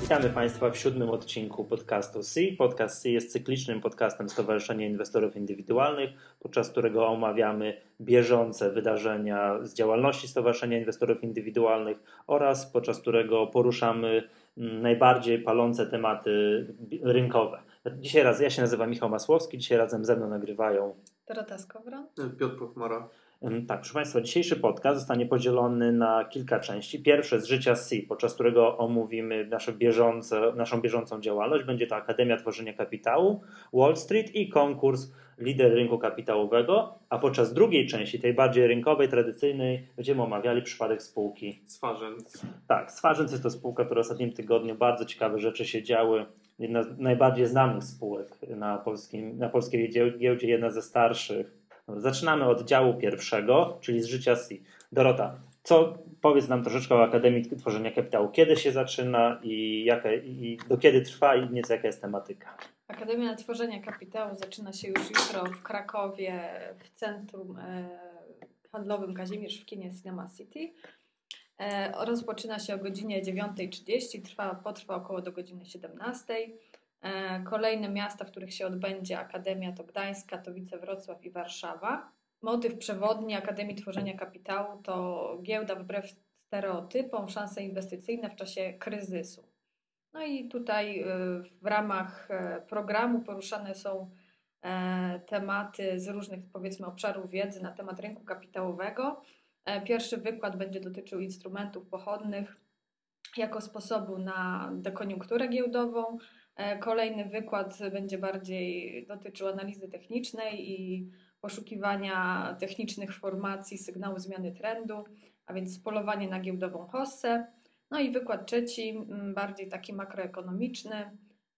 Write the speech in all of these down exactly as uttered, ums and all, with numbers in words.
Witamy Państwa w siódmym odcinku podcastu C. Podcast C jest cyklicznym podcastem Stowarzyszenia Inwestorów Indywidualnych, podczas którego omawiamy bieżące wydarzenia z działalności Stowarzyszenia Inwestorów Indywidualnych oraz podczas którego poruszamy najbardziej palące tematy rynkowe. Dzisiaj raz, ja się nazywam Michał Masłowski, dzisiaj razem ze mną nagrywają Dorota Skowron, Piotr Prochmara. Tak, proszę Państwa, dzisiejszy podcast zostanie podzielony na kilka części. Pierwsze z życia C, podczas którego omówimy nasze bieżące, naszą bieżącą działalność. Będzie to Akademia Tworzenia Kapitału, Wall Street i konkurs Lider Rynku Kapitałowego. A podczas drugiej części, tej bardziej rynkowej, tradycyjnej, będziemy omawiali przypadek spółki Swarzędz. Tak, Swarzędz jest to spółka, która w ostatnim tygodniu bardzo ciekawe rzeczy się działy. Jedna z najbardziej znanych spółek na, polskim, na polskiej giełdzie, jedna ze starszych. Zaczynamy od działu pierwszego, czyli z życia C. Dorota, co powiedz nam troszeczkę o Akademii Tworzenia Kapitału. Kiedy się zaczyna i, jaka, i do kiedy trwa i nieco jaka jest tematyka? Akademia Tworzenia Kapitału zaczyna się już jutro w Krakowie w Centrum Handlowym Kazimierz w kinie Cinema City. Rozpoczyna się o godzinie dziewiąta trzydzieści, trwa, potrwa około do godziny siedemnastej. Kolejne miasta, w których się odbędzie Akademia to Gdańsk, Katowice, Wrocław i Warszawa. Motyw przewodni Akademii Tworzenia Kapitału to giełda wbrew stereotypom, szanse inwestycyjne w czasie kryzysu. No i tutaj w ramach programu poruszane są tematy z różnych, powiedzmy, obszarów wiedzy na temat rynku kapitałowego. Pierwszy wykład będzie dotyczył instrumentów pochodnych jako sposobu na dekoniunkturę giełdową. Kolejny wykład będzie bardziej dotyczył analizy technicznej i poszukiwania technicznych formacji sygnału zmiany trendu, a więc polowanie na giełdową hossę. No i wykład trzeci, bardziej taki makroekonomiczny,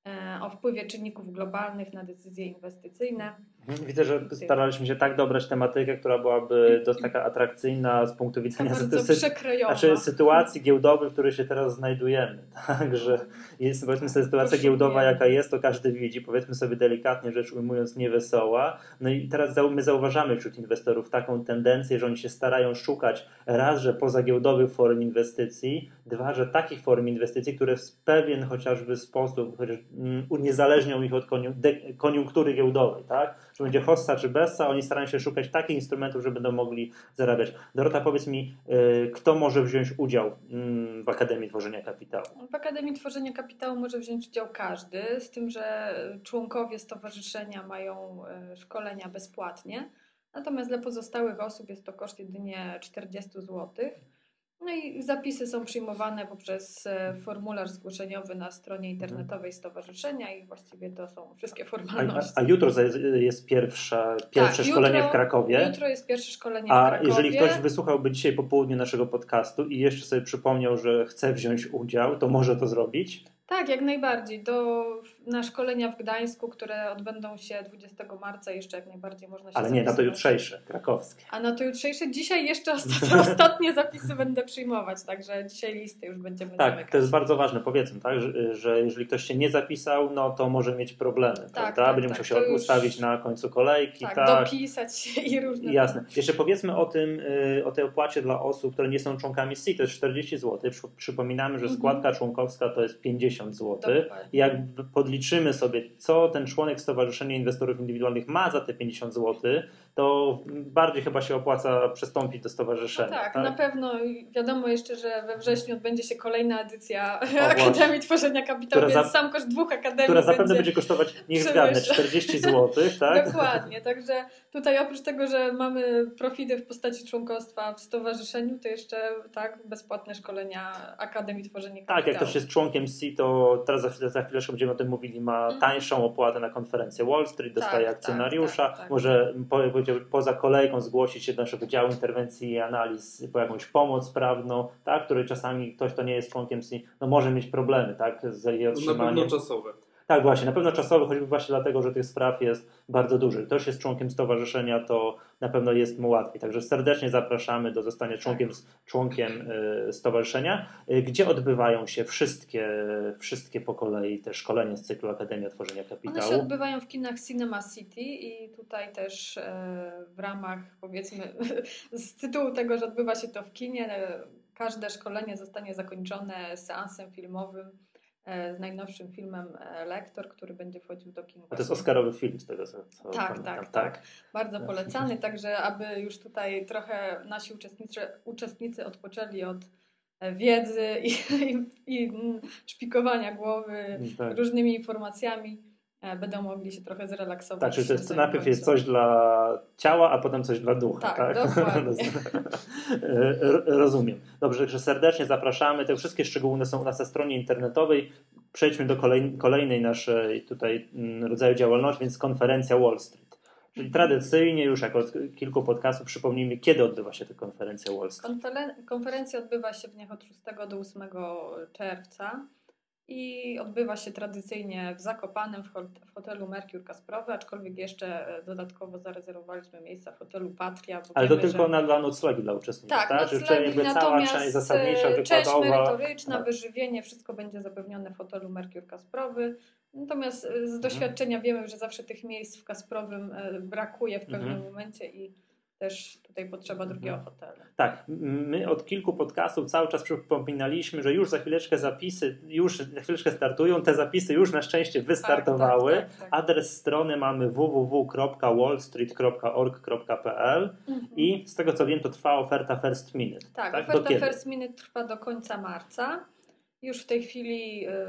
o wpływie czynników globalnych na decyzje inwestycyjne. Widzę, że staraliśmy się tak dobrać tematykę, która byłaby dość taka atrakcyjna z punktu widzenia sy- znaczy, sytuacji giełdowej, w której się teraz znajdujemy. Także jest, powiedzmy sobie, sytuacja giełdowa jaka jest, to każdy widzi, powiedzmy sobie delikatnie rzecz ujmując, niewesoła. No i teraz my zauważamy wśród inwestorów taką tendencję, że oni się starają szukać raz, że pozagiełdowych form inwestycji, dwa, że takich form inwestycji, które w pewien chociażby sposób chociaż uniezależnią ich od koniunktury giełdowej, tak? Czy będzie hossa czy bessa, oni starają się szukać takich instrumentów, że będą mogli zarabiać. Dorota, powiedz mi, kto może wziąć udział w Akademii Tworzenia Kapitału? W Akademii Tworzenia Kapitału może wziąć udział każdy, z tym, że członkowie stowarzyszenia mają szkolenia bezpłatnie, natomiast dla pozostałych osób jest to koszt jedynie czterdzieści złotych. No i zapisy są przyjmowane poprzez formularz zgłoszeniowy na stronie internetowej stowarzyszenia i właściwie to są wszystkie formalności. A, a jutro jest pierwsza, pierwsze tak, szkolenie jutro, w Krakowie. Jutro jest pierwsze szkolenie a w Krakowie. A jeżeli ktoś wysłuchałby dzisiaj po południu naszego podcastu i jeszcze sobie przypomniał, że chce wziąć udział, to może to zrobić? Tak, jak najbardziej. Do, na szkolenia w Gdańsku, które odbędą się dwudziestego marca, jeszcze jak najbardziej można się Ale zapisywać. nie, na to jutrzejsze, krakowskie. A na to jutrzejsze? Dzisiaj jeszcze ostatnie, ostatnie zapisy będę przyjmować, także dzisiaj listy już będziemy Tak, zamykać. To jest bardzo ważne, powiedzmy, tak, że, że jeżeli ktoś się nie zapisał, no to może mieć problemy, tak, prawda? Tak, Będzie tak, musiał się już ustawić na końcu kolejki. Tak, tak, dopisać się i różne... Jasne. Jeszcze powiedzmy o tym, o tej opłacie dla osób, które nie są członkami C. To jest czterdzieści złotych. Przypominamy, że składka mhm. członkowska to jest pięćdziesiąt złotych. I jak podliczymy sobie, co ten członek Stowarzyszenia Inwestorów Indywidualnych ma za te pięćdziesiąt złotych, to bardziej chyba się opłaca przystąpić do stowarzyszenia. No tak, tak, na pewno. Wiadomo jeszcze, że we wrześniu odbędzie się kolejna edycja o, Akademii Tworzenia Kapitału, więc za, sam koszt dwóch akademii która zapewne będzie, będzie kosztować, niech zgadnę, czterdzieści złotych. Tak? Dokładnie, także tutaj oprócz tego, że mamy profity w postaci członkostwa w stowarzyszeniu, to jeszcze tak bezpłatne szkolenia Akademii Tworzenia Kapitału. Tak, jak ktoś jest członkiem C, to teraz za, za chwileczkę będziemy o tym mówili, ma mm. tańszą opłatę na konferencję Wall Street, dostaje tak, akcjonariusza, tak, tak, tak. może po, poza kolejką zgłosić się do naszego działu interwencji i analiz po jakąś pomoc prawną, tak, której czasami ktoś, kto nie jest członkiem C, no może mieć problemy, tak, z jej otrzymaniem. Na pewno czasowe. Tak, właśnie, na pewno czasowy, choćby właśnie dlatego, że tych spraw jest bardzo dużo. Jak ktoś jest członkiem stowarzyszenia, to na pewno jest mu łatwiej. Także serdecznie zapraszamy do zostania członkiem, członkiem stowarzyszenia, gdzie odbywają się wszystkie, wszystkie po kolei te szkolenia z cyklu Akademia Tworzenia Kapitału. One się odbywają w kinach Cinema City i tutaj też w ramach, powiedzmy, z tytułu tego, że odbywa się to w kinie, każde szkolenie zostanie zakończone seansem filmowym z najnowszym filmem Lektor, który będzie wchodził do kin. A to jest oscarowy film z tego, co, co tak, pamiętam. tak, tak. Bardzo polecany, także aby już tutaj trochę nasi uczestnicy, uczestnicy odpoczęli od wiedzy i, i, i szpikowania głowy tak. różnymi informacjami, będą mogli się trochę zrelaksować. Tak, czyli to jest, najpierw jest coś dla ciała, a potem coś dla ducha. Tak, tak? dokładnie. Rozumiem. Dobrze, także serdecznie zapraszamy. Te wszystkie szczegóły są u nas na stronie internetowej. Przejdźmy do kolej, kolejnej naszej tutaj rodzaju działalności, więc konferencja Wall Street. Czyli tradycyjnie już jak od kilku podcastów przypomnijmy, kiedy odbywa się ta konferencja Wall Street. Konferen- konferencja odbywa się w dniach od szóstego do ósmego czerwca. I odbywa się tradycyjnie w Zakopanem w hotelu Mercure Kasprowy, aczkolwiek jeszcze dodatkowo zarezerwowaliśmy miejsca w hotelu Patria. Ale to tylko że... na, dla noclegi dla uczestników, tak? tak? Noclegi, jakby cała część zasadnicza, wykładowa. Część merytoryczna, tak. wyżywienie, wszystko będzie zapewnione w hotelu Mercure Kasprowy. Natomiast z doświadczenia mhm. wiemy, że zawsze tych miejsc w Kasprowym brakuje w pewnym mhm. momencie i też tutaj potrzeba drugiego hotelu. Tak, my od kilku podcastów cały czas przypominaliśmy, że już za chwileczkę zapisy, już za chwileczkę startują, te zapisy już na szczęście wystartowały. Tak, tak, tak, tak. Adres strony mamy w w w kropka wallstreet kropka org kropka p l mhm. i z tego co wiem to trwa oferta First Minute. Tak, tak? oferta First Minute trwa do końca marca. Już w tej chwili yy,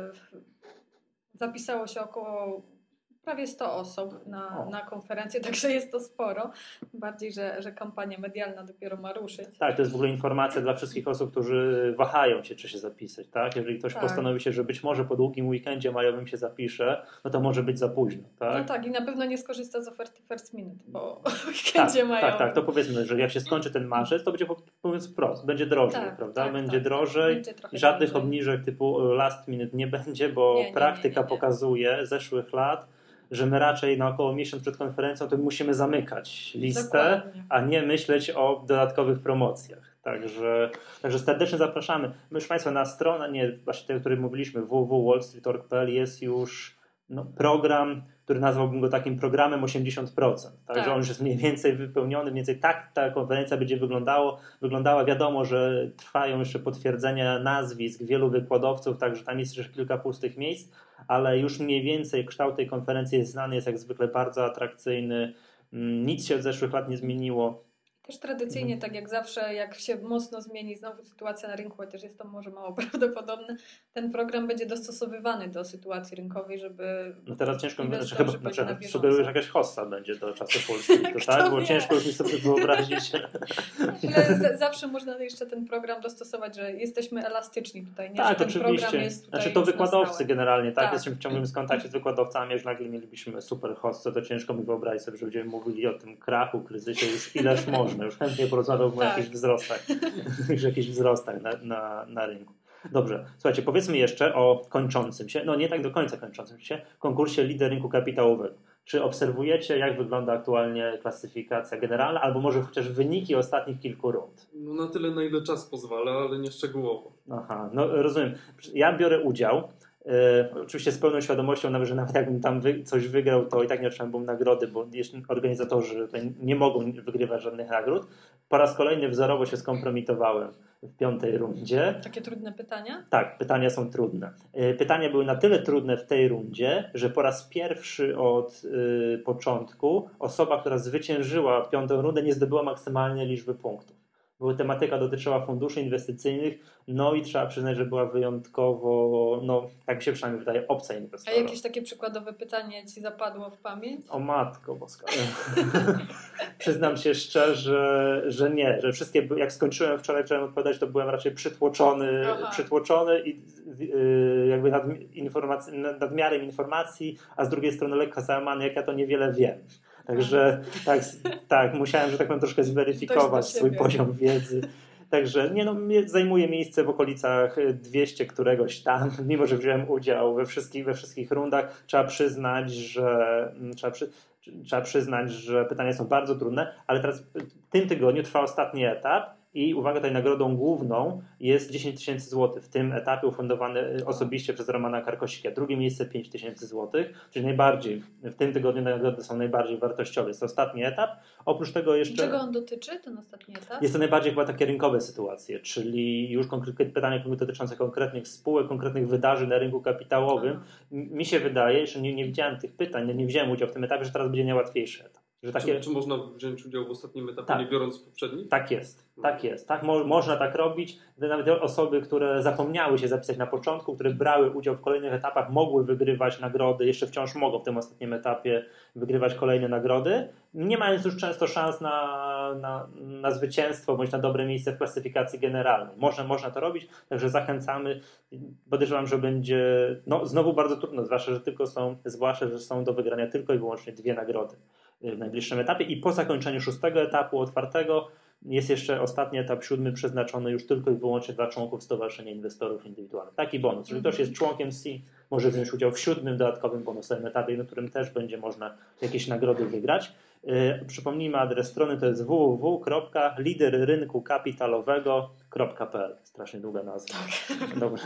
zapisało się około prawie sto osób na, na konferencję, także jest to sporo. Bardziej, że, że kampania medialna dopiero ma ruszyć. Tak, to jest w ogóle informacja dla wszystkich osób, którzy wahają się, czy się zapisać. Tak? Jeżeli ktoś tak. postanowi się, że być może po długim weekendzie majowym się zapisze, no to może być za późno. Tak? No tak, i na pewno nie skorzysta z oferty First Minute, bo w weekendzie tak, majowym. Tak, tak, to powiedzmy, że jak się skończy ten marzec, to będzie, mówiąc wprost, będzie drożej, tak, prawda? Tak, będzie tak, drożej, będzie żadnych drożej. Obniżek typu last minute nie będzie, bo nie, nie, praktyka nie, nie, nie. pokazuje zeszłych lat, że my raczej na około miesiąc przed konferencją to musimy zamykać listę, Dokładnie. a nie myśleć o dodatkowych promocjach. Także, także serdecznie zapraszamy. My, proszę Państwa, na stronę, nie, właśnie tej, o której mówiliśmy, w w w kropka wallstreet kropka org kropka p l jest już no, program, który nazwałbym go takim programem osiemdziesiąt procent. Także tak. on już jest mniej więcej wypełniony, mniej więcej tak ta konferencja będzie wyglądało, wyglądała. Wiadomo, że trwają jeszcze potwierdzenia nazwisk wielu wykładowców, także tam jest jeszcze kilka pustych miejsc, ale już mniej więcej kształt tej konferencji jest znany, jest jak zwykle bardzo atrakcyjny. Nic się od zeszłych lat nie zmieniło. Też tradycyjnie, tak jak zawsze, jak się mocno zmieni znowu sytuacja na rynku, chociaż jest to może mało prawdopodobne, ten program będzie dostosowywany do sytuacji rynkowej, żeby... No teraz ciężko, znaczy chyba znaczy, sugerujesz, jakaś hossa będzie do czasu polskiego, tak? Bo wie? Ciężko już mi sobie wyobrazić. Ale zawsze można jeszcze ten program dostosować, że jesteśmy elastyczni tutaj, nie? Tak, że ten oczywiście. Program jest tutaj znaczy to wykładowcy generalnie, tak? tak. Jesteśmy w ciągłym kontakcie z wykładowcami, już nagle mielibyśmy super hossę, to ciężko mi wyobrazić sobie, że będziemy mówili o tym krachu, kryzysie, już ileż można. Już chętnie porozmawiałbym tak. o jakichś wzrostach, już jakichś wzrostach na, na, na rynku. Dobrze, słuchajcie, powiedzmy jeszcze o kończącym się, no nie tak do końca kończącym się, konkursie Lider Rynku Kapitałowego. Czy obserwujecie, jak wygląda aktualnie klasyfikacja generalna, albo może chociaż wyniki ostatnich kilku rund? No na tyle, na ile czas pozwala, ale nie szczegółowo. Aha, no rozumiem. Ja biorę udział. Yy, oczywiście z pełną świadomością, nawet, że nawet jakbym tam wy, coś wygrał, to i tak nie otrzymałbym nagrody, bo jeszcze organizatorzy nie mogą wygrywać żadnych nagród. Po raz kolejny wzorowo się skompromitowałem w piątej rundzie. Takie trudne pytania? Tak, pytania są trudne. Yy, pytania były na tyle trudne w tej rundzie, że po raz pierwszy od yy, początku osoba, która zwyciężyła piątą rundę, nie zdobyła maksymalnej liczby punktów. Bo tematyka dotyczyła funduszy inwestycyjnych, no i trzeba przyznać, że była wyjątkowo, no tak mi się przynajmniej wydaje, obca inwestorom. A jakieś takie przykładowe pytanie Ci zapadło w pamięć? O matko boska. Przyznam się szczerze, że nie, że wszystkie, jak skończyłem wczoraj, chciałem odpowiadać, to byłem raczej przytłoczony, przytłoczony i yy, jakby nad, informacji, nadmiarem informacji, a z drugiej strony lekko załamany, jak ja to niewiele wiem. Także tak, tak, musiałem, że tak powiem, troszkę zweryfikować swój poziom wiedzy. Także nie no, zajmuje miejsce w okolicach dwieście któregoś tam, mimo że wziąłem udział we wszystkich, we wszystkich rundach. Trzeba przyznać, że trzeba, przy, trzeba przyznać, że pytania są bardzo trudne, ale teraz w tym tygodniu trwa ostatni etap i uwaga, tutaj nagrodą główną jest dziesięć tysięcy złotych. W tym etapie ufundowany osobiście przez Romana Karkosika. Drugie miejsce pięć tysięcy złotych, czyli najbardziej, w tym tygodniu nagrody są najbardziej wartościowe. Jest to ostatni etap. Oprócz tego jeszcze... Czego on dotyczy, ten ostatni etap? Jest to najbardziej chyba takie rynkowe sytuacje, czyli już konkretne pytania dotyczące konkretnych spółek, konkretnych wydarzeń na rynku kapitałowym. Mi się wydaje, że nie, nie widziałem tych pytań, nie wziąłem udziału w tym etapie, że teraz będzie najłatwiejszy etap. Że takie... czy, czy można wziąć udział w ostatnim etapie, tak. nie biorąc w poprzednim? Tak jest, tak jest. Tak mo- można tak robić. Nawet osoby, które zapomniały się zapisać na początku, które brały udział w kolejnych etapach, mogły wygrywać nagrody, jeszcze wciąż mogą w tym ostatnim etapie wygrywać kolejne nagrody, nie mając już często szans na, na, na zwycięstwo bądź na dobre miejsce w klasyfikacji generalnej. Można, można to robić, także zachęcamy. Podejrzewam, że będzie no, znowu bardzo trudno, zwłaszcza, że tylko są, zwłaszcza, że są do wygrania tylko i wyłącznie dwie nagrody w najbliższym etapie i po zakończeniu szóstego etapu otwartego jest jeszcze ostatni etap, siódmy, przeznaczony już tylko i wyłącznie dla członków Stowarzyszenia Inwestorów Indywidualnych. Taki bonus. Jeżeli ktoś jest członkiem C, może wziąć udział w siódmym dodatkowym bonusowym etapie, na którym też będzie można jakieś nagrody wygrać. Yy, przypomnijmy adres strony, to jest w w w kropka lider rynku kapitalowego kropka p l. Strasznie długa nazwa. Dobrze.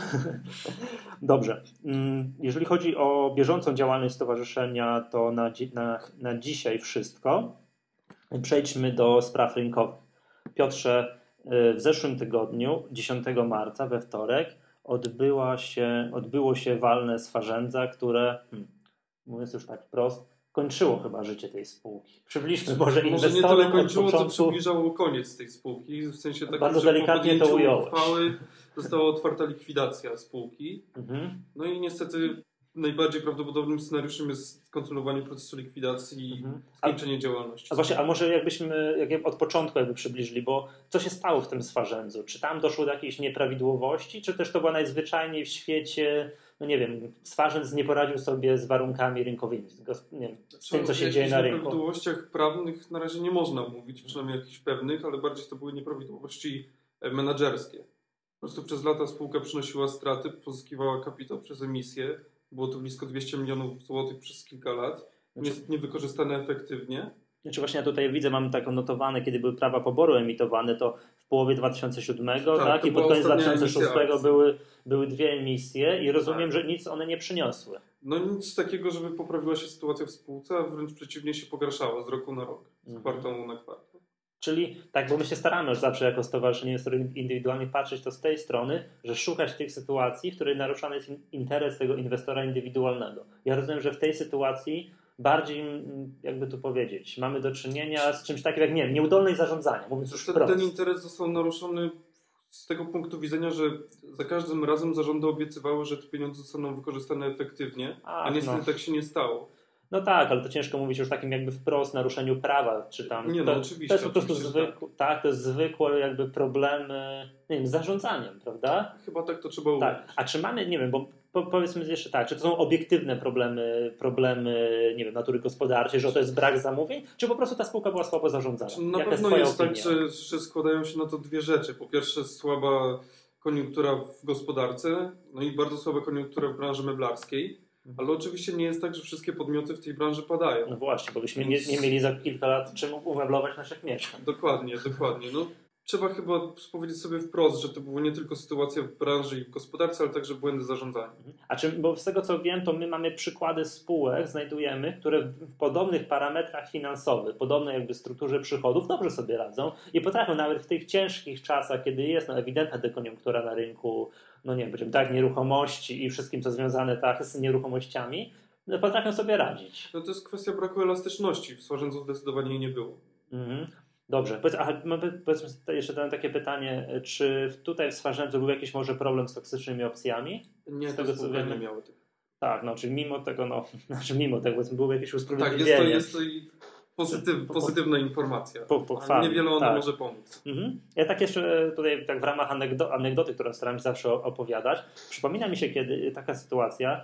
Dobrze. Jeżeli chodzi o bieżącą działalność stowarzyszenia, to na, dzi- na, na dzisiaj wszystko. Przejdźmy do spraw rynkowych. Piotrze, w zeszłym tygodniu, dziesiątego marca, we wtorek, odbyła się, odbyło się walne swarzędza, które, hmm, mówiąc już tak wprost, kończyło chyba życie tej spółki. Przybliżmy może inwestorom Może nie tyle kończyło, od początku... co przybliżało koniec tej spółki. W sensie takim, bardzo że delikatnie po to ująłeś. uchwały została otwarta likwidacja spółki. Mhm. No i niestety najbardziej prawdopodobnym scenariuszem jest kontynuowanie procesu likwidacji i Mhm. skończenie działalności. A właśnie, a może jakbyśmy jak od początku jakby przybliżyli, bo co się stało w tym swarzędzu? Czy tam doszło do jakiejś nieprawidłowości, czy też to była najzwyczajniej w świecie, no nie wiem, swarzędz nie poradził sobie z warunkami rynkowymi, z, gos- nie wiem, z tym, co się dzieje na O rynku? nieprawidłowościach prawnych na razie nie można mówić, przynajmniej jakichś pewnych, ale bardziej to były nieprawidłowości menadżerskie. Po prostu przez lata spółka przynosiła straty, pozyskiwała kapitał przez emisję. Było to blisko dwieście milionów złotych przez kilka lat. Jest niewykorzystane efektywnie. Znaczy właśnie ja tutaj widzę, mam taką notowane, kiedy były prawa poboru emitowane, to w połowie dwa tysiące siódmego, tak, tak, to i pod była koniec dwa ostatnia tysiące emisja szóstego akcji. były, były dwie emisje i rozumiem, Tak. że nic one nie przyniosły. No nic takiego, żeby poprawiła się sytuacja w spółce, a wręcz przeciwnie się pogarszała z roku na rok, z Mhm. kwartału na kwartał. Czyli tak, bo my się staramy już zawsze jako Stowarzyszenie Inwestorów Indywidualnych patrzeć to z tej strony, że szukać tych sytuacji, w której naruszany jest interes tego inwestora indywidualnego. Ja rozumiem, że w tej sytuacji bardziej, jakby tu powiedzieć, mamy do czynienia z czymś takim jak, nie wiem, nieudolność zarządzania, mówiąc już Ten, wprost. ten interes został naruszony z tego punktu widzenia, że za każdym razem zarządy obiecywały, że te pieniądze zostaną wykorzystane efektywnie, a, Ach, niestety no. tak się nie stało. No tak, ale to ciężko mówić już takim jakby wprost naruszeniu prawa, czy tam... Nie, no to, oczywiście, To jest po prostu oczywiście, zwykłe, tak. to jest zwykłe jakby problemy, nie wiem, z zarządzaniem, prawda? Chyba tak to trzeba ująć. Tak, a czy mamy, nie wiem, bo po, powiedzmy jeszcze tak, czy to są obiektywne problemy, problemy, nie wiem, natury gospodarczej, że to jest brak zamówień, czy po prostu ta spółka była słabo zarządzana? Na Jaka pewno twoja jest opinia? tak, że, że składają się na to dwie rzeczy. Po pierwsze słaba koniunktura w gospodarce, no i bardzo słaba koniunktura w branży meblarskiej. Ale oczywiście nie jest tak, że wszystkie podmioty w tej branży padają. No właśnie, bo byśmy nie, nie mieli za kilka lat czym umeblować naszych mieszkań. Dokładnie, dokładnie. No, trzeba chyba powiedzieć sobie wprost, że to była nie tylko sytuacja w branży i w gospodarce, ale także błędy zarządzania. A czy, bo z tego co wiem, to my mamy przykłady spółek, znajdujemy, które w podobnych parametrach finansowych, podobnej jakby strukturze przychodów dobrze sobie radzą i potrafią nawet w tych ciężkich czasach, kiedy jest no, ewidentna dekoniunktura na rynku, no nie wiem, tak, nieruchomości i wszystkim co związane tak z nieruchomościami, no, potrafią sobie radzić. No to jest kwestia braku elastyczności. W Swarzędzu zdecydowanie jej nie było. Mhm. Dobrze. Powiedz, aha, powiedzmy jeszcze tam takie pytanie, czy tutaj w Swarzędzu był jakiś może problem z toksycznymi opcjami? Nie, Z te tego, co spółki wiemy. nie miały tego. Tak, no, czyli mimo tego, no, znaczy mimo tego, były jakieś Tak, usprawiedliwienie. jest to, jest to i pozytyw, pozytywna informacja. Po, pochwalnie, Niewiele ona tak. może pomóc. Mhm. Ja tak jeszcze tutaj tak w ramach anegdo- anegdoty, którą staram się zawsze opowiadać, przypomina mi się kiedy taka sytuacja,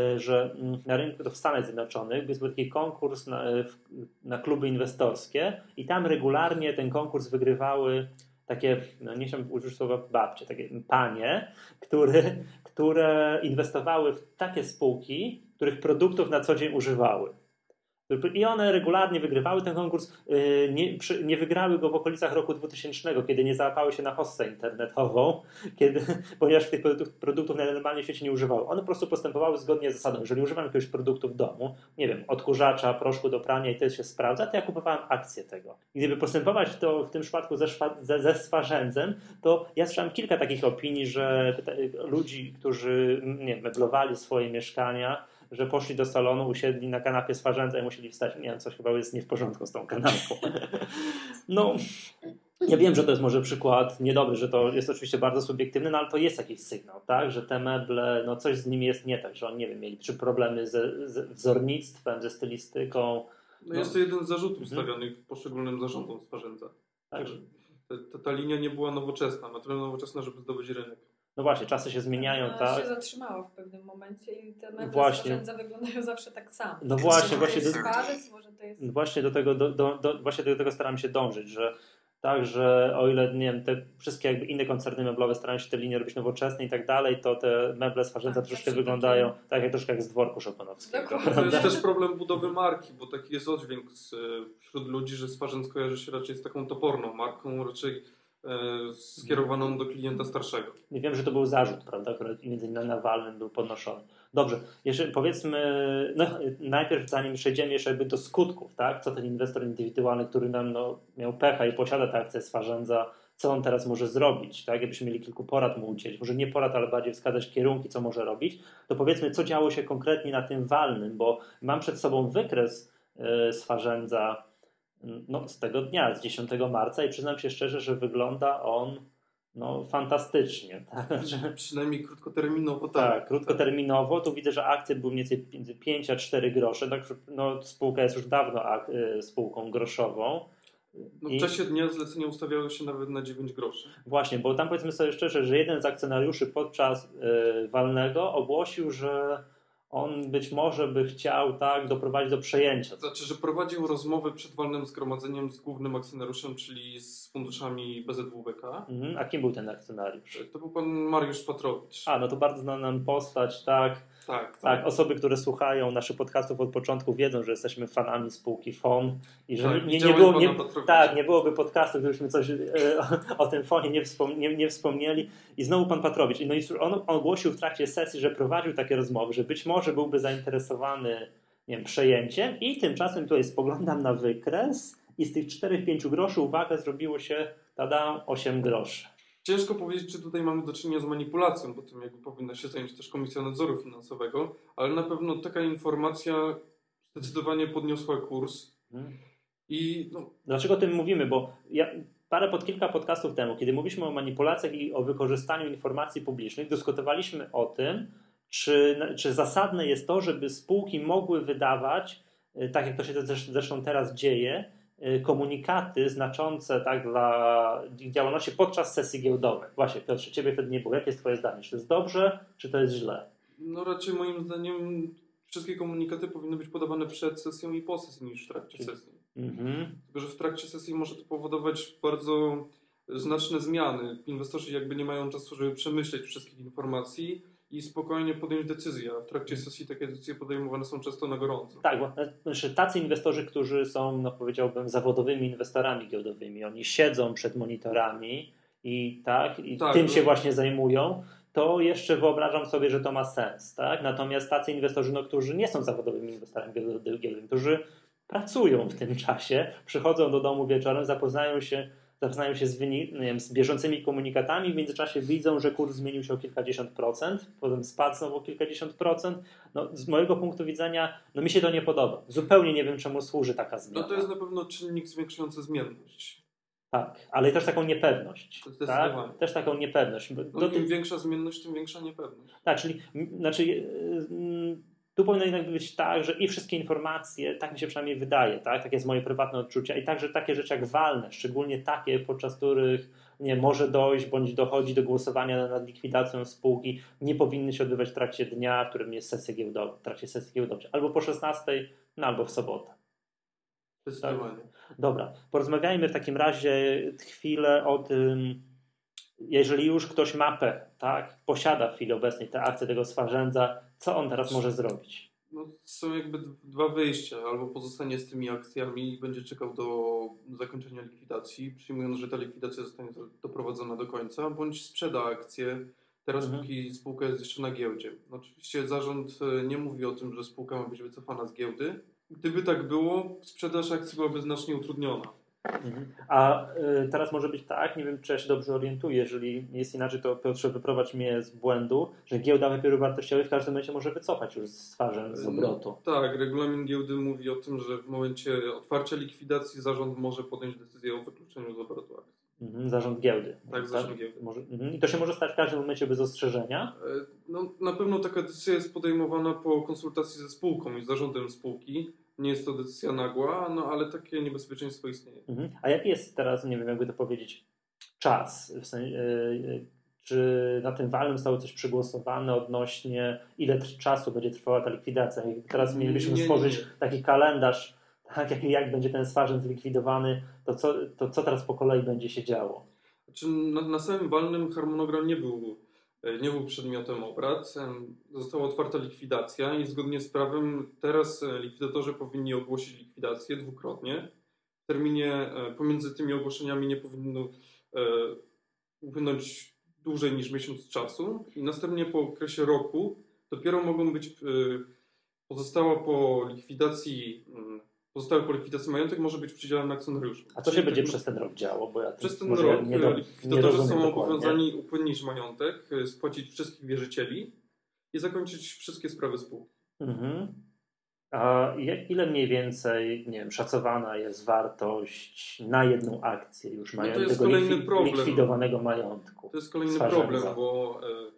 że na rynku, to w Stanach Zjednoczonych, był taki konkurs na, na kluby inwestorskie i tam regularnie ten konkurs wygrywały takie, no nie chciałbym użyć słowa babcie, takie panie, które, które inwestowały w takie spółki, których produktów na co dzień używały. I one regularnie wygrywały ten konkurs. Nie, nie wygrały go w okolicach roku dwutysięcznego, kiedy nie załapały się na hossę internetową, kiedy, ponieważ tych produktów normalnie w świecie nie używały. One po prostu postępowały zgodnie z zasadą. Jeżeli używam jakiegoś produktu w domu, nie wiem, odkurzacza, proszku do prania i to się sprawdza, to ja kupowałem akcję tego. I gdyby postępować to w tym przypadku ze, szwa, ze, ze swarzędzem, to ja słyszałem kilka takich opinii, że ludzi, którzy nie wiem, meblowali swoje mieszkania, że poszli do salonu, usiedli na kanapie swarzędza i musieli wstać. Nie wiem, coś chyba jest nie w porządku z tą kanapką. No, ja wiem, że to jest może przykład niedobry, że to jest oczywiście bardzo subiektywny, no ale to jest jakiś sygnał, tak, że te meble, no coś z nimi jest nie tak, że oni, nie wiem, mieli czy problemy ze, ze wzornictwem, ze stylistyką. No, no jest to jeden z zarzutów stawianych hmm. poszczególnym zarządom swarzędza. Także ta, ta, ta linia nie była nowoczesna, na tyle nowoczesna, żeby zdobyć rynek. No właśnie, czasy się zmieniają, no, tak? się zatrzymało w pewnym momencie i te meble właśnie. swarzędza wyglądają zawsze tak samo. No właśnie, może właśnie, to jest do, sparzec, może to jest... właśnie do tego, do, do, do, właśnie do tego staram się dążyć, że tak, że o ile, nie wiem, te wszystkie jakby inne koncerny meblowe starają się te linie robić nowoczesne i tak dalej, to te meble swarzędza tak, troszkę tak wyglądają takie... tak jak troszkę jak z dworku Chopinowskiego. To jest też problem budowy marki, bo taki jest oddźwięk z, wśród ludzi, że swarzędz kojarzy się raczej z taką toporną marką, raczej e, skierowaną do klienta starszego. Nie wiem, że to był zarzut, prawda, który między innymi na Walnym był podnoszony. Dobrze, jeszcze powiedzmy, no, najpierw zanim przejdziemy jeszcze jakby do skutków, tak, co ten inwestor indywidualny, który nam no, miał pecha i posiada te akcje swarzędza, co on teraz może zrobić, tak, jakbyśmy mieli kilku porad mu udzielić, może nie porad, ale bardziej wskazać kierunki, co może robić, to powiedzmy, co działo się konkretnie na tym Walnym, bo mam przed sobą wykres yy, swarzędza no, z tego dnia, z dziesiątego marca i przyznam się szczerze, że wygląda on no, fantastycznie. Tak? Przynajmniej krótkoterminowo. Tak, tak krótkoterminowo. Tu widzę, że akcje były mniej więcej między pięć a cztery grosze. Tak, no, spółka jest już dawno spółką groszową. No, w I... czasie dnia zlecenia ustawiały się nawet na dziewięć groszy. Właśnie, bo tam powiedzmy sobie szczerze, że jeden z akcjonariuszy podczas yy, walnego ogłosił, że on być może by chciał tak doprowadzić do przejęcia. Znaczy, że prowadził rozmowy przed walnym zgromadzeniem z głównym akcjonariuszem, czyli z funduszami B Z W B K. Mhm. A kim był ten akcjonariusz? To był pan Mariusz Patrowicz. A, no to bardzo znana nam postać, tak. Tak, tak. tak. Osoby, które słuchają naszych podcastów od początku, wiedzą, że jesteśmy fanami spółki F O N i że tak, nie, nie, było, nie, tak, nie byłoby podcastu, gdybyśmy coś e, o, o tym F O N-ie nie, wspom, nie, nie wspomnieli. I znowu pan Patrowicz. No i on, on ogłosił w trakcie sesji, że prowadził takie rozmowy, że być może byłby zainteresowany, nie wiem, przejęciem i tymczasem tutaj spoglądam na wykres i z tych czterech pięciu groszy, uwaga, zrobiło się, tada, osiem groszy. Ciężko powiedzieć, czy tutaj mamy do czynienia z manipulacją, bo tym jakby powinna się zająć też Komisja Nadzoru Finansowego, ale na pewno taka informacja zdecydowanie podniosła kurs. Hmm. I no... Dlaczego o tym mówimy? Bo ja parę pod kilka podcastów temu, kiedy mówiliśmy o manipulacjach i o wykorzystaniu informacji publicznych, dyskutowaliśmy o tym, czy, czy zasadne jest to, żeby spółki mogły wydawać, tak jak to się zresztą teraz dzieje, komunikaty znaczące tak, dla działalności podczas sesji giełdowej. Właśnie, Piotrze, ciebie wtedy nie było. Jakie jest twoje zdanie? Czy to jest dobrze, czy to jest źle? No raczej moim zdaniem wszystkie komunikaty powinny być podawane przed sesją i po sesji niż w trakcie Czyli... sesji. Mm-hmm. Tylko, że w trakcie sesji może to powodować bardzo znaczne zmiany. Inwestorzy jakby nie mają czasu, żeby przemyśleć wszystkich informacji i spokojnie podjąć decyzję, a w trakcie sesji takie decyzje podejmowane są często na gorąco. Tak, bo znaczy, tacy inwestorzy, którzy są, no powiedziałbym, zawodowymi inwestorami giełdowymi, oni siedzą przed monitorami i tak, i tak, tym no. się właśnie zajmują, to jeszcze wyobrażam sobie, że to ma sens, tak? Natomiast tacy inwestorzy, no, którzy nie są zawodowymi inwestorami giełdowymi, którzy pracują w tym czasie, przychodzą do domu wieczorem, zapoznają się zapoznają się z, wynik, nie wiem, z bieżącymi komunikatami, w międzyczasie widzą, że kurs zmienił się o kilkadziesiąt procent, potem spadł znowu o kilkadziesiąt procent. No, z mojego punktu widzenia, no mi się to nie podoba. Zupełnie nie wiem, czemu służy taka zmiana. No to jest na pewno czynnik zwiększający zmienność. Tak, ale też taką niepewność. Tak? Też taką niepewność. No, Im tym... większa zmienność, tym większa niepewność. Tak, czyli znaczy, yy, tu powinno jednak być tak, że i wszystkie informacje, tak mi się przynajmniej wydaje, tak, takie jest moje prywatne odczucia, i także takie rzeczy jak walne, szczególnie takie, podczas których nie może dojść bądź dochodzi do głosowania nad likwidacją spółki, nie powinny się odbywać w trakcie dnia, w którym jest sesja giełdowa, w trakcie sesji giełdowej, albo po szesnastej, no albo w sobotę. Zdecydowanie. Tak? Dobra, porozmawiajmy w takim razie chwilę o tym, jeżeli już ktoś ma pech, tak, posiada w chwili obecnej te akcje tego swarzędza, co on teraz może zrobić? No, są jakby dwa wyjścia. Albo pozostanie z tymi akcjami i będzie czekał do zakończenia likwidacji, przyjmując, że ta likwidacja zostanie doprowadzona do końca, bądź sprzeda akcje teraz, mhm. póki spółka jest jeszcze na giełdzie. Oczywiście zarząd nie mówi o tym, że spółka ma być wycofana z giełdy. Gdyby tak było, sprzedaż akcji byłaby znacznie utrudniona. Mhm. A y, teraz może być tak, nie wiem, czy ja się dobrze orientuję, jeżeli jest inaczej, to Piotrze, wyprowadź mnie z błędu, że giełda papierów wartościowych w każdym momencie może wycofać już z twarzą z obrotu. No, tak, regulamin giełdy mówi o tym, że w momencie otwarcia likwidacji zarząd może podjąć decyzję o wykluczeniu z obrotu akcji. Mhm, zarząd giełdy. Tak, zarząd giełdy. Może, mhm. I to się może stać w każdym momencie bez ostrzeżenia? No, na pewno taka decyzja jest podejmowana po konsultacji ze spółką i z zarządem spółki. Nie jest to decyzja nagła, no ale takie niebezpieczeństwo istnieje. Mhm. A jaki jest teraz, nie wiem jakby to powiedzieć, czas? W sensie, yy, czy na tym walnym zostało coś przegłosowane odnośnie ile czasu będzie trwała ta likwidacja? I teraz mielibyśmy nie, stworzyć nie, nie. taki kalendarz, tak, jak, jak będzie ten swarzędz zlikwidowany, to co, to co teraz po kolei będzie się działo? Znaczy, na, na samym walnym harmonogram nie był nie był przedmiotem obrad. Została otwarta likwidacja i zgodnie z prawem teraz likwidatorzy powinni ogłosić likwidację dwukrotnie. W terminie pomiędzy tymi ogłoszeniami nie powinno upłynąć dłużej niż miesiąc czasu i następnie po okresie roku dopiero mogą być pozostała po likwidacji Pozostały po likwidacji majątek może być przydzielany akcjonariuszom. A co się będzie tak, przez ten rok działo? Bo ja przez ten rok nie do, likwidatorzy są obowiązani upłynnić majątek, spłacić wszystkich wierzycieli i zakończyć wszystkie sprawy spółki. Mhm. A ile mniej więcej, nie wiem, szacowana jest wartość na jedną akcję już no to jest kolejny likwi- problem. likwidowanego majątku? To jest kolejny problem, bo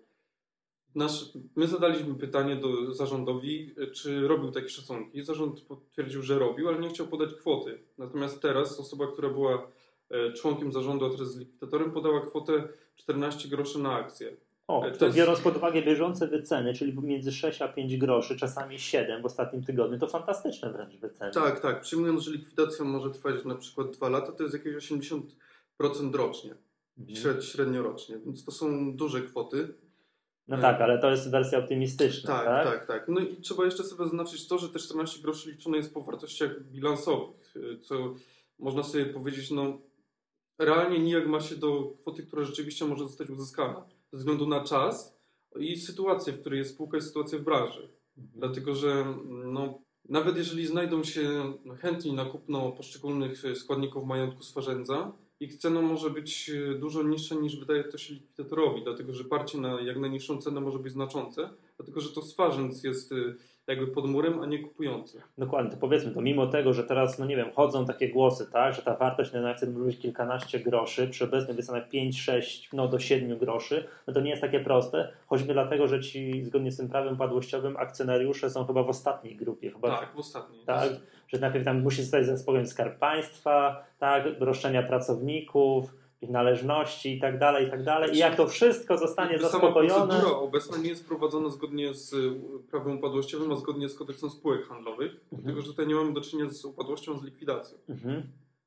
Nasz, my zadaliśmy pytanie do zarządowi, czy robił takie szacunki. Zarząd potwierdził, że robił, ale nie chciał podać kwoty. Natomiast teraz osoba, która była członkiem zarządu, a teraz z likwidatorem, podała kwotę czternaście groszy na akcję. O, to, to jest... biorąc pod uwagę bieżące wyceny, czyli między sześć a pięć groszy, czasami siedem w ostatnim tygodniu, to fantastyczne wręcz wyceny. Tak, tak. Przyjmując, że likwidacja może trwać na przykład dwa lata, to jest jakieś osiemdziesiąt procent rocznie, mhm. średnio rocznie, więc to są duże kwoty. No tak, ale to jest wersja optymistyczna. Tak, tak, tak, tak. No i trzeba jeszcze sobie zaznaczyć to, że te czternaście groszy liczone jest po wartościach bilansowych, co można sobie powiedzieć, no realnie nijak ma się do kwoty, która rzeczywiście może zostać uzyskana. Ze względu na czas i sytuację, w której jest spółka, jest sytuacja w branży. Mhm. Dlatego, że no, nawet jeżeli znajdą się chętni na kupno poszczególnych składników majątku swarzędza, ich cena może być dużo niższa niż wydaje to się likwidatorowi, dlatego że parcie na jak najniższą cenę może być znaczące, dlatego że to swarzędz jest jakby pod murem, a nie kupujący. Dokładnie, to powiedzmy, to mimo tego, że teraz, no nie wiem, chodzą takie głosy, tak, że ta wartość na akcję może być kilkanaście groszy, przy obecnej wycenach pięć, sześć, no do siedmiu groszy, no to nie jest takie proste, choćby dlatego, że ci zgodnie z tym prawem upadłościowym akcjonariusze są chyba w ostatniej grupie. Chyba, tak, w ostatniej. Tak, że najpierw tam musi zostać zaspokojony Skarb Państwa, tak, roszczenia pracowników, ich należności i tak dalej, i tak dalej. I jak to wszystko zostanie zaspokojone... Sama procedura obecna nie jest prowadzona zgodnie z prawem upadłościowym, a zgodnie z kodeksem spółek handlowych, mhm. dlatego że tutaj nie mamy do czynienia z upadłością, z likwidacją. Mhm.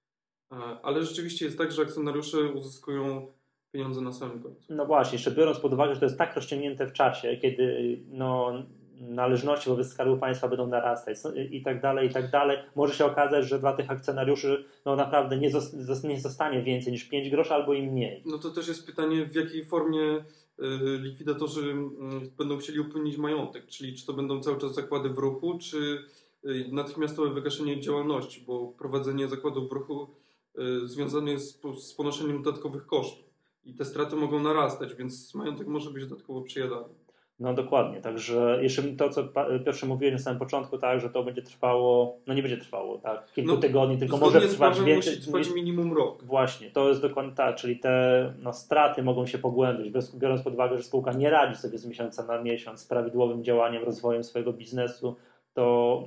Ale rzeczywiście jest tak, że akcjonariusze uzyskują pieniądze na samym końcu. No właśnie, jeszcze biorąc pod uwagę, że to jest tak rozciągnięte w czasie, kiedy no, należności wobec Skarbu Państwa będą narastać i tak dalej, i tak dalej. Może się okazać, że dla tych akcjonariuszy no naprawdę nie, zost- nie zostanie więcej niż pięć groszy albo i mniej. No to też jest pytanie, w jakiej formie y, likwidatorzy y, będą chcieli upłynnić majątek, czyli czy to będą cały czas zakłady w ruchu, czy y, natychmiastowe wygaszenie działalności, bo prowadzenie zakładów w ruchu y, związane jest z, z ponoszeniem dodatkowych kosztów i te straty mogą narastać, więc majątek może być dodatkowo przejadany. No dokładnie, także jeszcze to, co Piotrze mówiłem na samym początku, tak, że to będzie trwało, no nie będzie trwało tak, kilku no, tygodni, tylko może trwać więcej. Musi trwać minimum rok. Właśnie, to jest dokładnie tak, czyli te no, straty mogą się pogłębić, biorąc pod uwagę, że spółka nie radzi sobie z miesiąca na miesiąc z prawidłowym działaniem, rozwojem swojego biznesu, to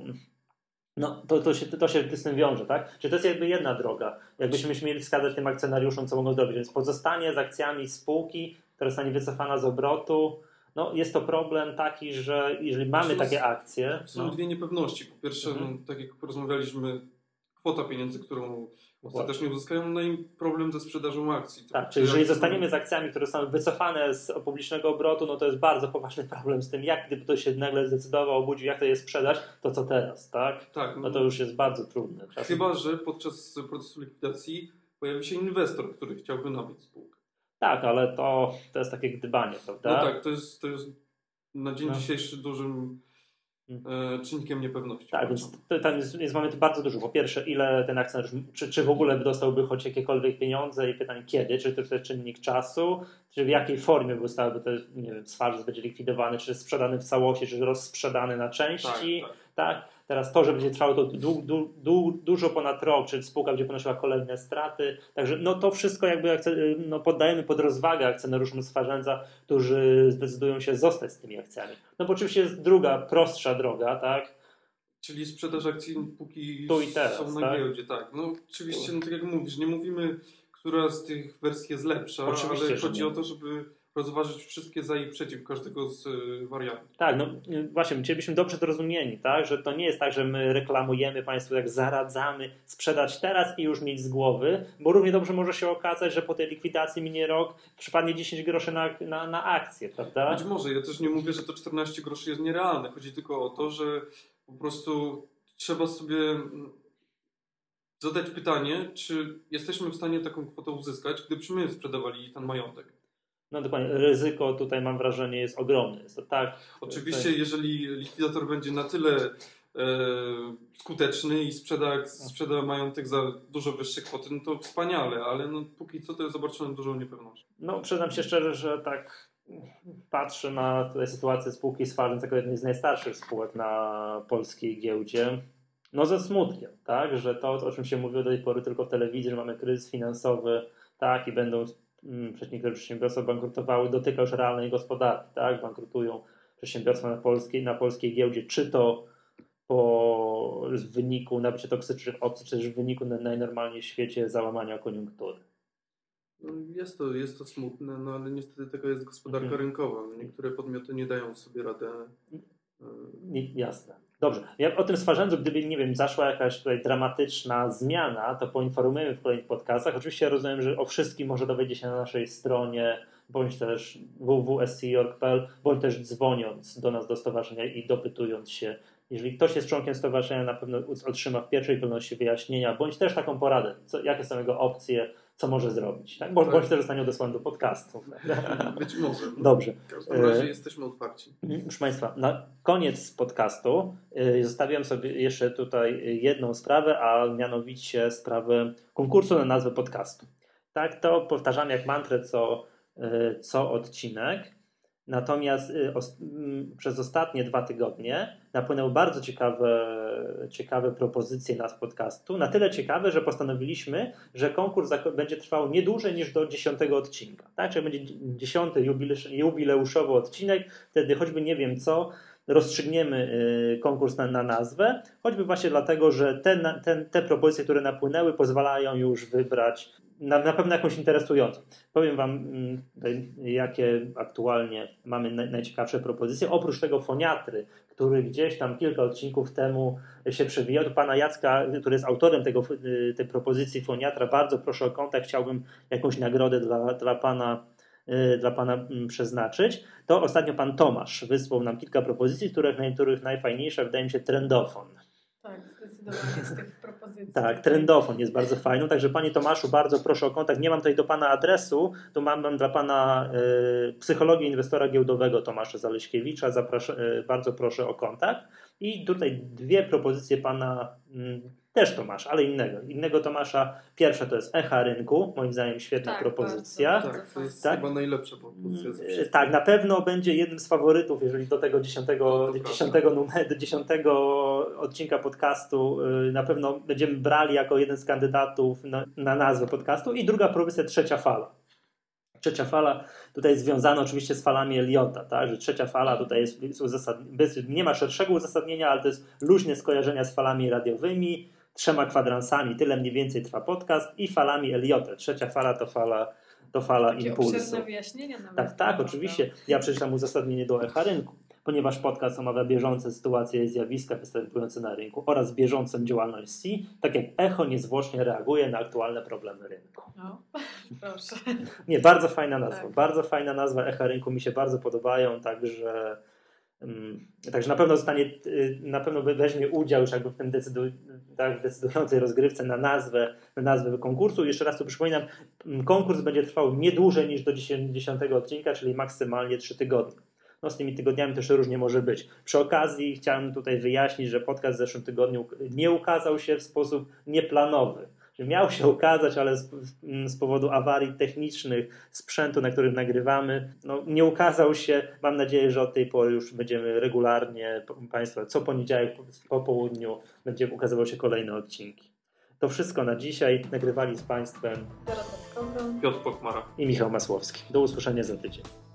no, to, to, się, to się z tym wiąże, tak? Czyli to jest jakby jedna droga. Jakbyśmy mieli wskazać tym akcjonariuszom, co mogą zrobić, więc pozostanie z akcjami spółki, która zostanie wycofana z obrotu. No, jest to problem taki, że jeżeli mamy takie akcje... Są no. dwie niepewności. Po pierwsze, mhm. tak jak porozmawialiśmy, kwota pieniędzy, którą Ostatecznie uzyskają na im problem ze sprzedażą akcji. Tak, czyli jeżeli zostaniemy z akcjami, które są wycofane z publicznego obrotu, no to jest bardzo poważny problem z tym, jak gdyby ktoś się nagle zdecydował, obudził, jak to je sprzedać, to co teraz, tak? Tak. No, no to już jest bardzo trudne. Czasem. Chyba, że podczas procesu likwidacji pojawi się inwestor, który chciałby nabyć spółkę. Tak, ale to, to jest takie gdybanie, prawda? No tak, to jest, to jest na dzień no. dzisiejszy dużym e, czynnikiem niepewności. Tak, więc tam jest, jest mamy tu bardzo dużo. Po pierwsze, ile ten akcjonariusz, czy, czy w ogóle dostałby choć jakiekolwiek pieniądze i pytanie kiedy, czy to jest czynnik czasu, czy w jakiej formie zostałby to, nie wiem, Swarz będzie likwidowany, czy sprzedany w całości, czy rozsprzedany na części, tak, tak. tak? Teraz to, że będzie trwało to du, du, du, dużo ponad rok, czy spółka będzie ponosiła kolejne straty. Także no to wszystko jakby no, poddajemy pod rozwagę akcjonariuszom Swarzędza, którzy zdecydują się zostać z tymi akcjami. No bo oczywiście jest druga, prostsza droga, tak? Czyli sprzedaż akcji póki tu i teraz, są na tak? giełdzie, tak. No oczywiście, no, tak jak mówisz, nie mówimy, która z tych wersji jest lepsza, oczywiście, ale chodzi o to, żeby rozważyć wszystkie za i przeciw każdego z y, wariantów. Tak, no właśnie, chcielibyśmy dobrze zrozumieni, tak, że to nie jest tak, że my reklamujemy Państwu, jak zaradzamy sprzedać teraz i już mieć z głowy, bo równie dobrze może się okazać, że po tej likwidacji minie rok, przypadnie dziesięć groszy na, na, na akcję, prawda? Być może, ja też nie mówię, że to czternaście groszy jest nierealne, chodzi tylko o to, że po prostu trzeba sobie zadać pytanie, czy jesteśmy w stanie taką kwotę uzyskać, gdybyśmy my sprzedawali ten majątek. No dokładnie, ryzyko tutaj mam wrażenie jest ogromne. Jest to tak. Oczywiście, tutaj... jeżeli likwidator będzie na tyle e, skuteczny i sprzeda, sprzeda majątek za dużo wyższe kwoty, no to wspaniale, ale no, póki co to jest obarczone dużą niepewnością. No przyznam się szczerze, że tak patrzę na tutaj sytuację spółki Swarzędz jako jednej z najstarszych spółek na polskiej giełdzie. No ze smutkiem, tak, że to, o czym się mówiło do tej pory tylko w telewizji, że mamy kryzys finansowy, tak, i będą przecież niektóre przedsiębiorstwa bankrutowały, dotyka już realnej gospodarki, tak? Bankrutują przedsiębiorstwa na polskiej, na polskiej giełdzie, czy to po w wyniku nabycia toksycznych obcych, czy też w wyniku najnormalniej w świecie załamania koniunktury. No jest, to, jest to smutne, no ale niestety taka jest gospodarka mhm. rynkowa. Niektóre podmioty nie dają sobie radę. Jasne. Dobrze. Ja o tym Swarzędzu, gdyby, nie wiem, zaszła jakaś tutaj dramatyczna zmiana, to poinformujemy w kolejnych podcastach. Oczywiście ja rozumiem, że o wszystkim może dowiedzieć się na naszej stronie, bądź też w w w kropka s c kropka org kropka p l, bądź też dzwoniąc do nas do stowarzyszenia i dopytując się. Jeżeli ktoś jest członkiem stowarzyszenia, na pewno otrzyma w pierwszej kolejności wyjaśnienia, bądź też taką poradę, co, jakie są jego opcje, co może zrobić. Tak? Bądź, tak. bądź też zostanie odesłany do podcastu. Być może. Dobrze. W każdym razie jesteśmy otwarci. Proszę Państwa, na koniec podcastu zostawiłem sobie jeszcze tutaj jedną sprawę, a mianowicie sprawę konkursu na nazwę podcastu. Tak, to powtarzam jak mantrę co, co odcinek. Natomiast przez ostatnie dwa tygodnie napłynęły bardzo ciekawe, ciekawe propozycje nas podcastu. Na tyle ciekawe, że postanowiliśmy, że konkurs będzie trwał nie dłużej niż do dziesiątego odcinka. Tak? Czyli będzie dziesiąty jubileuszowy odcinek, wtedy choćby nie wiem co, rozstrzygniemy konkurs na, na nazwę, choćby właśnie dlatego, że te, te, te propozycje, które napłynęły, pozwalają już wybrać na, na pewno jakąś interesującą. Powiem Wam, jakie aktualnie mamy naj, najciekawsze propozycje. Oprócz tego foniatry, który gdzieś tam kilka odcinków temu się przewijał, to pana Jacka, który jest autorem tego, tej propozycji foniatra, bardzo proszę o kontakt, chciałbym jakąś nagrodę dla, dla pana dla Pana przeznaczyć, to ostatnio Pan Tomasz wysłał nam kilka propozycji, z których, których najfajniejsza wydaje mi się trendofon. Tak, zdecydowanie z tych propozycji. Tak, trendofon jest bardzo fajny, także Panie Tomaszu bardzo proszę o kontakt. Nie mam tutaj do Pana adresu, tu mam, mam dla Pana y, psychologię inwestora giełdowego Tomasza Zaleśkiewicza, Zapraszam, y, bardzo proszę o kontakt. I tutaj dwie propozycje Pana y, też Tomasza, ale innego. Innego Tomasza. Pierwsza to jest Echa Rynku. Moim zdaniem świetna tak, propozycja. Bardzo, tak, to jest tak? chyba najlepsza propozycja. Tak, na pewno będzie jednym z faworytów, jeżeli do tego dziesiątego, dziesiątego, numeru, dziesiątego odcinka podcastu na pewno będziemy brali jako jeden z kandydatów na, na nazwę podcastu. I druga propozycja, Trzecia Fala. Trzecia fala tutaj jest związana oczywiście z falami Eliota, tak? Że trzecia fala tutaj jest, jest uzasad... nie ma szerszego uzasadnienia, ale to jest luźne skojarzenia z falami radiowymi, trzema kwadransami, tyle mniej więcej trwa podcast i falami Eliota. Trzecia fala to fala, to fala Takie impulsu. obszerne wyjaśnienia nawet. Tak, tak, oczywiście. Ja przeczytam uzasadnienie do Echa Rynku. ponieważ podcast omawia bieżące sytuacje i zjawiska występujące na rynku oraz bieżącą działalność C, tak jak Echo niezwłocznie reaguje na aktualne problemy rynku. No, proszę. Nie, bardzo fajna nazwa. Tak. Bardzo fajna nazwa Echa Rynku, mi się bardzo podobają, także, um, także na pewno zostanie, na pewno weźmie udział już jakby w tym decydu, tak, w decydującej rozgrywce na nazwę, na nazwę konkursu. Jeszcze raz tu przypominam, konkurs będzie trwał nie dłużej niż do dziesiątego odcinka, czyli maksymalnie trzy tygodnie. No z tymi tygodniami też różnie może być. Przy okazji chciałem tutaj wyjaśnić, że podcast w zeszłym tygodniu nie ukazał się w sposób nieplanowy. Miał się ukazać, ale z, z powodu awarii technicznych sprzętu, na którym nagrywamy, no, nie ukazał się. Mam nadzieję, że od tej pory już będziemy regularnie Państwa co poniedziałek po południu będzie ukazywał się kolejne odcinki. To wszystko na dzisiaj. Nagrywali z Państwem Dorota Skowron. Piotr Pokmara i Michał Masłowski. Do usłyszenia za tydzień.